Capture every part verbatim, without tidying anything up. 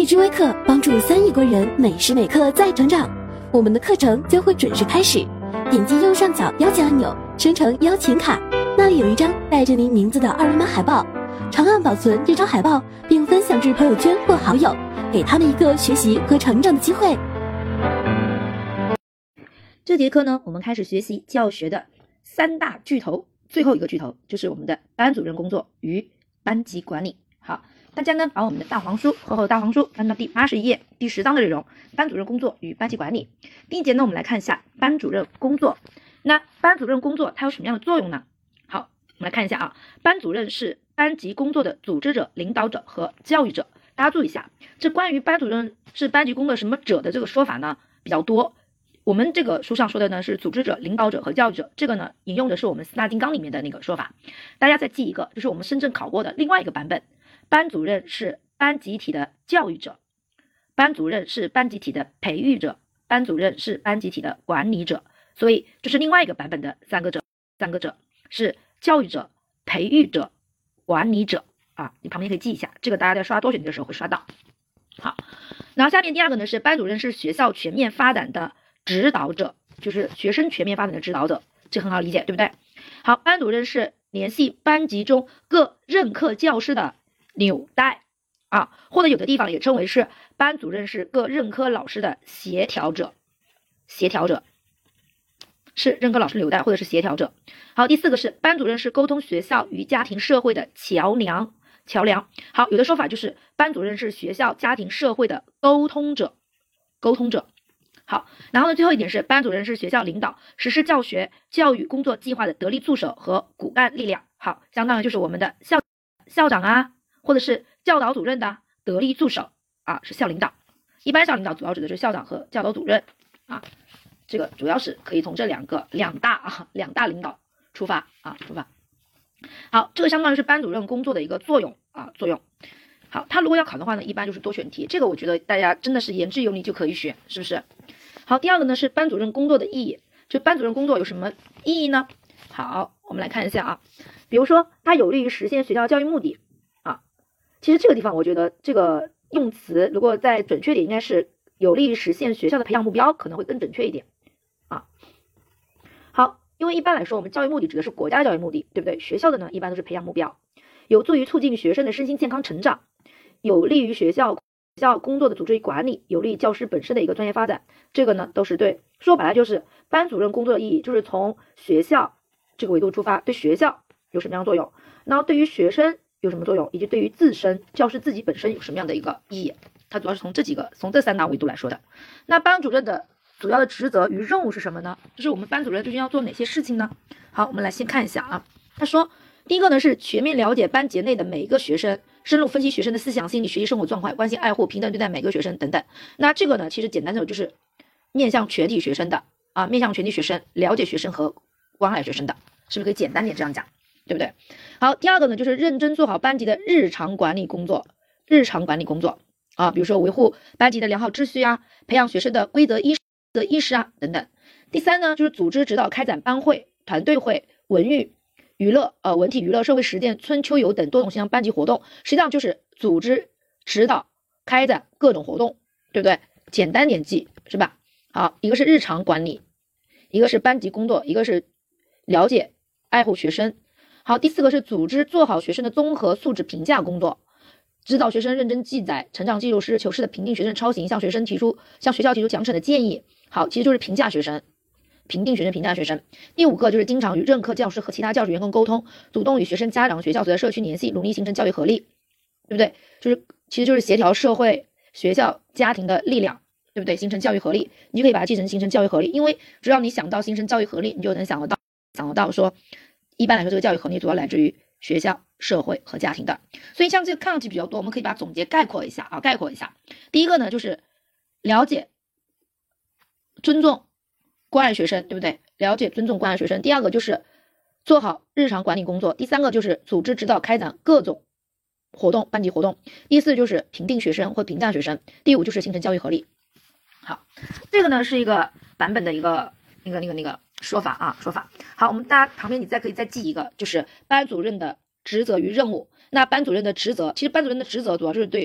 荔枝微课帮助三亿国人每时每刻在成长。我们的课程将会准时开始，点击右上角邀请按钮，生成邀请卡，那里有一张带着您名字的二维码海报，长按保存这张海报，并分享至朋友圈或好友，给他们一个学习和成长的机会。 这节课呢，我们开始学习教学的三大巨头，最后一个巨头就是我们的班主任工作与班级管理。好，大家呢把我们的大黄书厚厚大黄书翻到第八十一页，第十章的内容，班主任工作与班级管理。第一节呢，我们来看一下班主任工作。那班主任工作它有什么样的作用呢？好，我们来看一下啊，班主任是班级工作的组织者、领导者和教育者。大家注意一下，这关于班主任是班级工作什么者的这个说法呢比较多。我们这个书上说的呢是组织者、领导者和教育者，这个呢引用的是我们四大金刚里面的那个说法。大家再记一个，就是我们深圳考过的另外一个版本，班主任是班集体的教育者，班主任是班集体的培育者，班主任是班集体的管理者。所以这是另外一个版本的三个者，三个者是教育者、培育者、管理者啊，你旁边可以记一下，这个大家在刷多选题的时候会刷到。好，然后下面第二个呢是班主任是学校全面发展的指导者，就是学生全面发展的指导者，这很好理解，对不对？好，班主任是联系班级中各任课教师的纽带啊，或者有的地方也称为是班主任是各任课老师的协调者，协调者是任课老师纽带或者是协调者。好，第四个是班主任是沟通学校与家庭社会的桥梁，桥梁。好，有的说法就是班主任是学校、家庭、社会的沟通者，沟通者。好，然后呢，最后一点是班主任是学校领导实施教学教育工作计划的得力助手和骨干力量。好，相当于就是我们的校校长啊，或者是教导主任的得力助手啊，是校领导。一般校领导主要指的是校长和教导主任啊，这个主要是可以从这两个两大啊两大领导出发啊出发。好，这个相当于是班主任工作的一个作用啊作用。好，他如果要考的话呢，一般就是多选题，这个我觉得大家真的是言之有理就可以选，是不是？好，第二个呢是班主任工作的意义，就班主任工作有什么意义呢？好，我们来看一下啊，比如说它有利于实现学校教育目的啊，其实这个地方我觉得这个用词如果再准确点，应该是有利于实现学校的培养目标，可能会更准确一点啊。好，因为一般来说我们教育目的指的是国家的教育目的，对不对？学校的呢一般都是培养目标，有助于促进学生的身心健康成长，有利于学校学校工作的组织与管理，有利于教师本身的一个专业发展，这个呢都是对。说白了就是班主任工作的意义就是从学校这个维度出发，对学校有什么样的作用，然后对于学生有什么作用，以及对于自身教师自己本身有什么样的一个意义，它主要是从这几个从这三大维度来说的。那班主任的主要的职责与任务是什么呢？就是我们班主任究竟要做哪些事情呢？好，我们来先看一下啊。他说第一个呢是全面了解班级内的每一个学生，深入分析学生的思想、心理、学习生活状况，关心爱护、平等对待每个学生等等。那这个呢，其实简单的就是面向全体学生的啊，面向全体学生，了解学生和关爱学生的，是不是可以简单点这样讲，对不对？好，第二个呢，就是认真做好班级的日常管理工作，日常管理工作啊，比如说维护班级的良好秩序啊，培养学生的规则意识的意识啊等等。第三呢，就是组织指导开展班会、团队会、文娱娱乐、呃文体娱乐、社会实践、春秋游等多种形象班级活动，实际上就是组织指导开展各种活动，对不对？简单点记是吧？好，一个是日常管理，一个是班级工作，一个是了解爱护学生。好，第四个是组织做好学生的综合素质评价工作，指导学生认真记载成长记录，实事求是的评定学生抄袭，向学生提出向学校提出奖惩的建议。好，其实就是评价学生。评定学生、评价学生。第五个就是经常与任课教师和其他教职员工沟通，主动与学生、家长、学校所在社区联系，努力形成教育合力，对不对？就是其实就是协调社会、学校、家庭的力量，对不对？形成教育合力，你就可以把它记成形成教育合力，因为只要你想到形成教育合力，你就能想得到想得到说，一般来说这个教育合力主要来自于学校、社会和家庭的。所以像这个看上去比较多，我们可以把它总结概括一下啊，概括一下。第一个呢就是了解、尊重、关爱学生，对不对？了解、尊重、关爱学生。第二个就是做好日常管理工作。第三个就是组织指导开展各种活动，班级活动。第四就是评定学生或评价学生。第五就是形成教育合力。好，这个呢是一个版本的一个那个那个那个说法啊，说法。好，我们大家旁边你再可以再记一个，就是班主任的职责与任务。那班主任的职责，其实班主任的职责主要就是对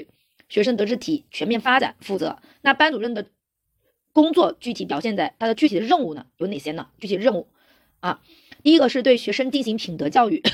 学生德智体全面发展负责。那班主任的工作具体表现在他的具体的任务呢有哪些呢？具体的任务啊，第一个是对学生进行品德教育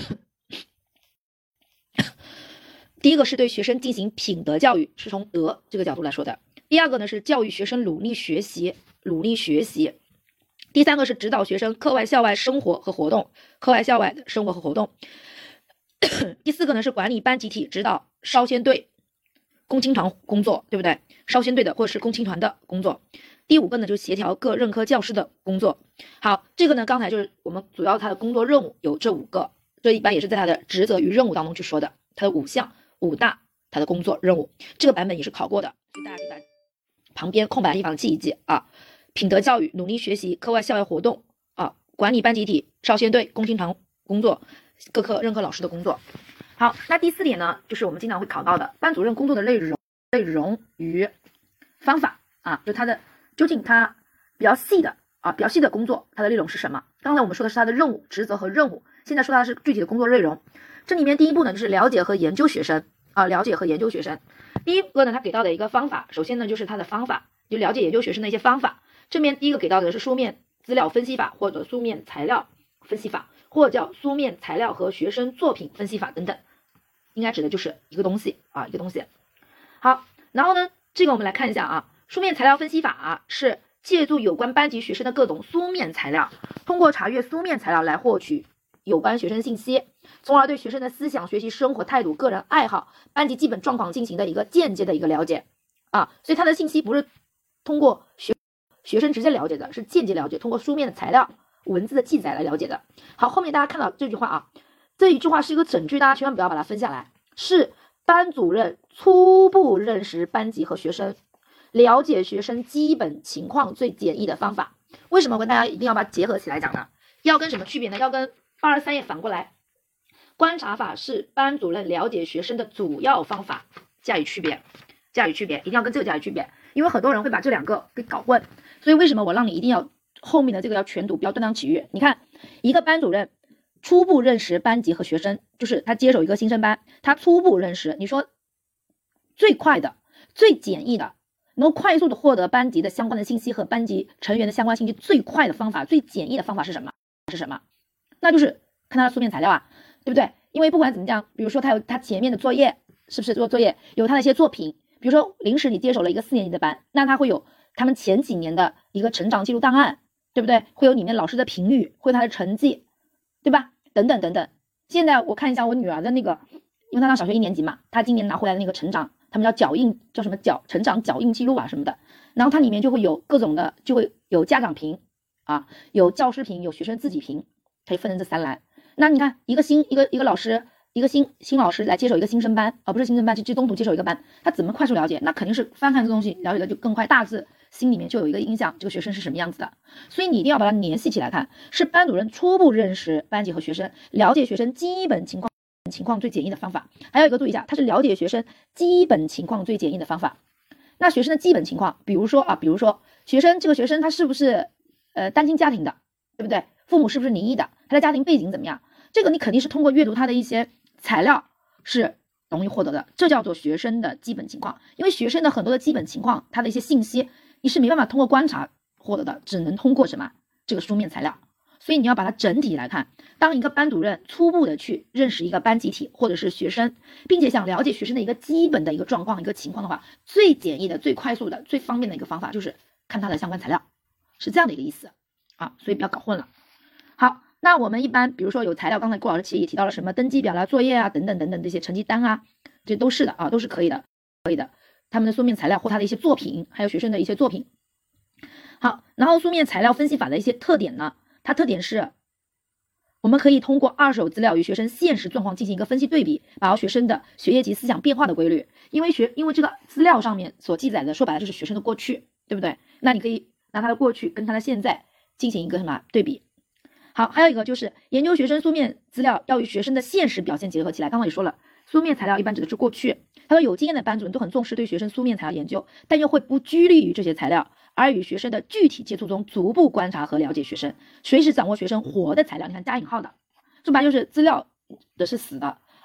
第一个是对学生进行品德教育，是从德这个角度来说的。第二个呢是教育学生努力学习，努力学习。第三个是指导学生课外校外生活和活动，课外校外的生活和活动。第四个呢是管理班集体，指导少先队、共青团工作，对不对？少先队的或者是共青团的工作。第五个呢就是协调各任课教师的工作。好，这个呢刚才就是我们主要他的工作任务有这五个，这一般也是在他的职责与任务当中去说的，他的五项五大他的工作任务，这个版本也是考过的，所以大家可以把旁边空白的地方记一记啊。品德教育、努力学习、课外校外活动啊，管理班集体、少先队、共青团工作、各科任课老师的工作。好，那第四点呢，就是我们经常会考到的班主任工作的内容、内容与方法啊，就他的究竟他比较细的啊，比较细的工作，它的内容是什么？刚才我们说的是他的任务、职责和任务，现在说的是具体的工作内容。这里面第一步呢，就是了解和研究学生啊，了解和研究学生。第一个呢，他给到的一个方法，首先呢就是他的方法，就了解研究学生的一些方法。这边第一个给到的是书面资料分析法，或者书面材料分析法，或者叫书面材料和学生作品分析法等等，应该指的就是一个东西啊，一个东西。好，然后呢，这个我们来看一下啊，书面材料分析法啊，是借助有关班级学生的各种书面材料，通过查阅书面材料来获取有关学生信息，从而对学生的思想、学习、生活态度、个人爱好、班级基本状况进行的一个间接的一个了解啊，所以他的信息不是通过学学生直接了解的，是间接了解，通过书面的材料、文字的记载来了解的。好，后面大家看到这句话啊，这一句话是一个整句，大家千万不要把它分下来，是班主任初步认识班级和学生，了解学生基本情况最简易的方法。为什么我跟大家一定要把它结合起来讲呢？要跟什么区别呢？要跟二十三页反过来，观察法是班主任了解学生的主要方法，加以区别，加以区别，一定要跟这个加以区别，因为很多人会把这两个给搞混。所以为什么我让你一定要后面的这个要全读，不要断章取义？你看，一个班主任初步认识班级和学生，就是他接手一个新生班，他初步认识，你说最快的、最简易的，能够快速的获得班级的相关的信息和班级成员的相关信息最快的方法、最简易的方法是什么？是什么？那就是看他的书面材料啊，对不对？因为不管怎么讲，比如说他有他前面的作业，是不是做作业有他的一些作品？比如说临时你接手了一个四年级的班，那他会有他们前几年的一个成长记录档案，对不对？会有里面老师的评语，会有他的成绩，对吧？等等等等。现在我看一下我女儿的那个，因为她上小学一年级嘛，她今年拿回来的那个成长，他们叫脚印，叫什么脚成长脚印记录啊什么的。然后它里面就会有各种的，就会有家长评啊，有教师评，有学生自己评，可以分成这三栏。那你看一个新一个一个老师。一个新新老师来接手一个新生班，而、啊、不是新生班，是中途接手一个班，他怎么快速了解？那肯定是翻看这东西，了解的就更快，大致心里面就有一个印象，这个学生是什么样子的。所以你一定要把它联系起来看，是班主任初步认识班级和学生，了解学生基本情况情况最简易的方法。还有一个注意一下，它是了解学生基本情况最简易的方法。那学生的基本情况，比如说啊，比如说学生这个学生他是不是呃单亲家庭的，对不对？父母是不是离异的？他的家庭背景怎么样？这个你肯定是通过阅读他的一些材料是容易获得的，这叫做学生的基本情况。因为学生的很多的基本情况，他的一些信息你是没办法通过观察获得的，只能通过什么？这个书面材料。所以你要把它整体来看。当一个班主任初步的去认识一个班集体或者是学生，并且想了解学生的一个基本的一个状况、一个情况的话，最简易的、最快速的、最方便的一个方法就是看他的相关材料，是这样的一个意思啊。所以不要搞混了。好。那我们一般比如说有材料，刚才顾老师其实也提到了什么登记表啦、作业啊等等等等这些成绩单啊，这都是的啊，都是可以的，可以的。他们的书面材料或他的一些作品，还有学生的一些作品。好，然后书面材料分析法的一些特点呢，它特点是我们可以通过二手资料与学生现实状况进行一个分析对比，把握学生的学业及思想变化的规律。因为学因为这个资料上面所记载的，说白了就是学生的过去，对不对？那你可以拿他的过去跟他的现在进行一个什么对比。好，还有一个就是研究学生书面资料要与学生的现实表现结合起来。刚刚也说了，书面材料一般指的是过去。他说有经验的班主任都很重视对学生书面材料研究，但又会不拘泥于这些材料，而与学生的具体接触中逐步观察和了解学生，随时掌握学生活的材料。你看加引号的，说白就是资料的是死的，而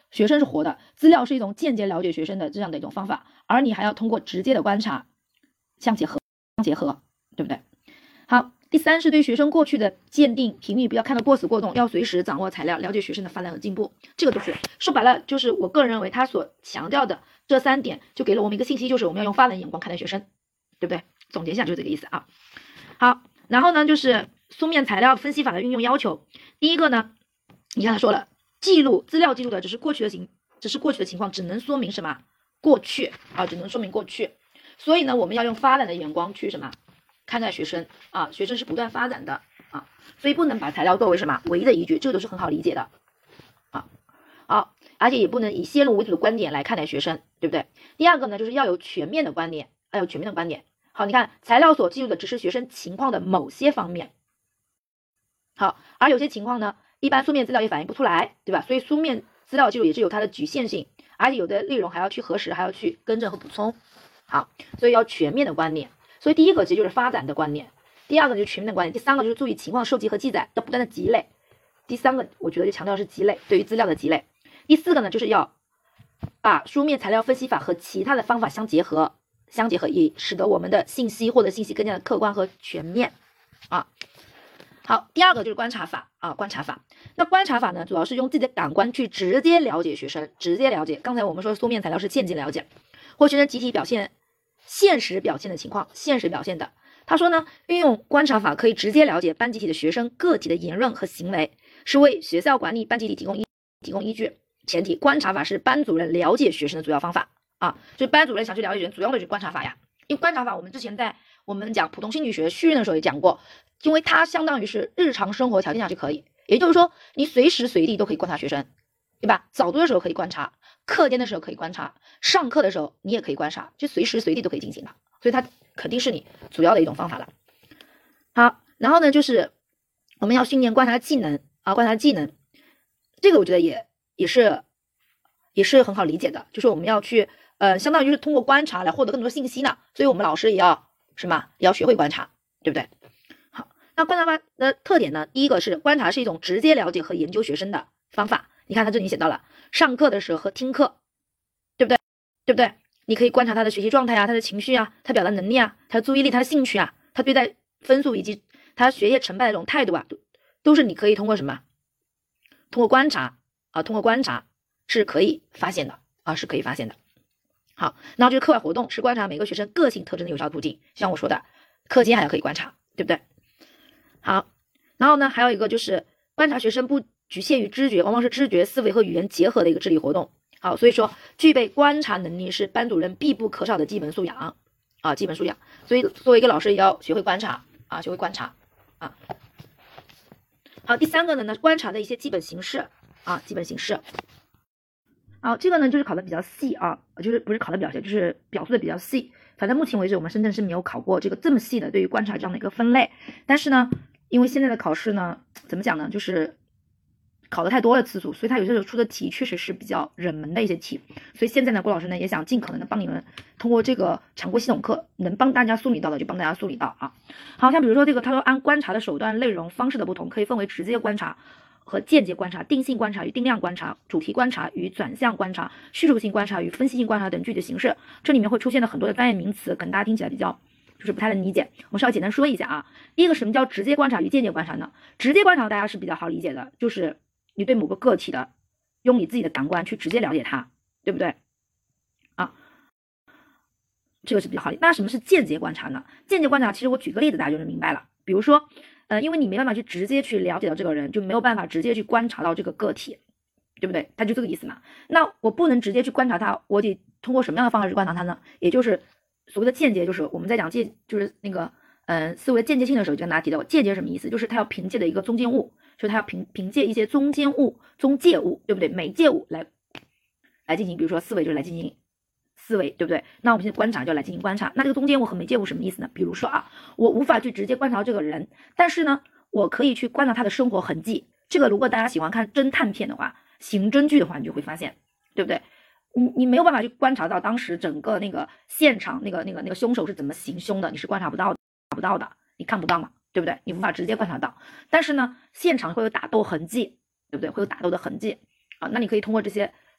学生是活的，资料是一种间接了解学生的这样的一种方法，而你还要通过直接的观察相结合，相结合，对不对？好，第三是对学生过去的鉴定评语不要看得过死过动，要随时掌握材料，了解学生的发展和进步。这个就是说白了，就是我个人认为他所强调的这三点，就给了我们一个信息，就是我们要用发展眼光看待学生，对不对？总结一下就是这个意思啊。好，然后呢就是书面材料分析法的运用要求。第一个呢，你看他说了，记录资料记录的只是过去的情，只是过去的情况，只能说明什么？过去啊，只能说明过去。所以呢，我们要用发展的眼光去什么？看待学生啊，学生是不断发展的啊，所以不能把材料作为什么唯一的依据，这个都是很好理解的啊。好，而且也不能以先入为主的观点来看待学生，对不对？第二个呢，就是要有全面的观点，要有全面的观点。好，你看材料所记录的只是学生情况的某些方面，好，而有些情况呢，一般书面资料也反映不出来，对吧？所以书面资料记录也是有它的局限性，而且有的内容还要去核实，还要去更正和补充。好，所以要全面的观点。所以第一个其实就是发展的观念，第二个就是全面的观念，第三个就是注意情况收集和记载，要不断的积累。第三个我觉得就强调是积累，对于资料的积累。第四个呢，就是要把书面材料分析法和其他的方法相结合，相结合以使得我们的信息获得信息更加的客观和全面啊。好，第二个就是观察法啊，观察法。那观察法呢，主要是用自己的感官去直接了解学生，直接了解。刚才我们说书面材料是间接了解，或学生集体表现。现实表现的情况，现实表现的，他说呢，运用观察法可以直接了解班集体的学生个体的言论和行为，是为学校管理班集体提供依提供依据。前提，观察法是班主任了解学生的主要方法啊，所以班主任想去了解学生，主要的就是观察法呀。因为观察法，我们之前在我们讲普通心理学序论的时候也讲过，因为它相当于是日常生活条件下就可以，也就是说，你随时随地都可以观察学生，对吧？早读的时候可以观察。课间的时候可以观察，上课的时候你也可以观察，就随时随地都可以进行的，所以它肯定是你主要的一种方法了。好，然后呢，就是我们要训练观察技能啊，观察技能，这个我觉得也也是也是很好理解的，就是我们要去呃，相当于是通过观察来获得更多信息呢，所以我们老师也要什么，也要学会观察，对不对？好，那观察法的特点呢，第一个是观察是一种直接了解和研究学生的方法。你看他这里写到了上课的时候和听课，对不对？对不对？你可以观察他的学习状态啊，他的情绪啊，他表达能力啊，他的注意力，他的兴趣啊，他对待分数以及他学业成败的这种态度啊，都都是你可以通过什么？通过观察啊，通过观察是可以发现的啊，是可以发现的。好，然后就是课外活动是观察每个学生个性特征的有效途径，像我说的，课间还要可以观察，对不对？好，然后呢，还有一个就是观察学生不局限于知觉，往往是知觉、思维和语言结合的一个智力活动。好，所以说具备观察能力是班主任必不可少的基本素养啊，基本素养。所以作为一个老师也要学会观察啊，学会观察啊。好，第三个呢，呢观察的一些基本形式啊，基本形式。好，这个呢就是考的比较细啊，就是不是考的比较细，就是表述的比较细。反正目前为止，我们深圳是没有考过这个这么细的对于观察这样的一个分类。但是呢，因为现在的考试呢，怎么讲呢，就是考的太多了次数，所以他有些时候出的题确实是比较冷门的一些题。所以现在呢，郭老师呢也想尽可能的帮你们通过这个常规系统课，能帮大家梳理到的就帮大家梳理到啊。好像比如说这个，他说按观察的手段、内容、方式的不同，可以分为直接观察和间接观察、定性观察与定量观察、主题观察与转向观察、叙述性观察与分析性观察等具体形式。这里面会出现的很多的专业名词，可能大家听起来比较就是不太能理解，我们稍微简单说一下啊。第一个，什么叫直接观察与间接观察呢？直接观察大家是比较好理解的，就是你对某个个体的用你自己的感官去直接了解它，对不对啊？这个是比较好理解。那什么是间接观察呢？间接观察其实我举个例子大家就能明白了。比如说呃，因为你没办法去直接去了解到这个人，就没有办法直接去观察到这个个体，对不对？他就这个意思嘛。那我不能直接去观察他，我得通过什么样的方式去观察他呢？也就是所谓的间接，就是我们在讲间就是那个嗯、呃、思维间接性的时候，就跟大家提到间接什么意思，就是他要凭借的一个中间物，就是他要凭凭借一些中间物、中介物，对不对？媒介物来来进行，比如说思维就是来进行思维，对不对？那我们现在观察就来进行观察。那这个中间物和媒介物什么意思呢？比如说啊，我无法去直接观察到这个人，但是呢，我可以去观察他的生活痕迹。这个如果大家喜欢看侦探片的话，刑侦剧的话，你就会发现，对不对？你你没有办法去观察到当时整个那个现场那个那个那个凶手是怎么行凶的，你是观察不到看不到的，你看不到嘛，对不对？你无法直接观察到。但是呢，现场会有打斗痕迹，对不对？会有打斗的痕迹啊，那你可以通过这些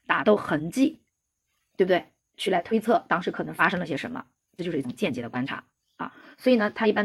打斗痕迹，对不对？去来推测当时可能发生了些什么，这就是一种间接的观察啊。所以呢，他一般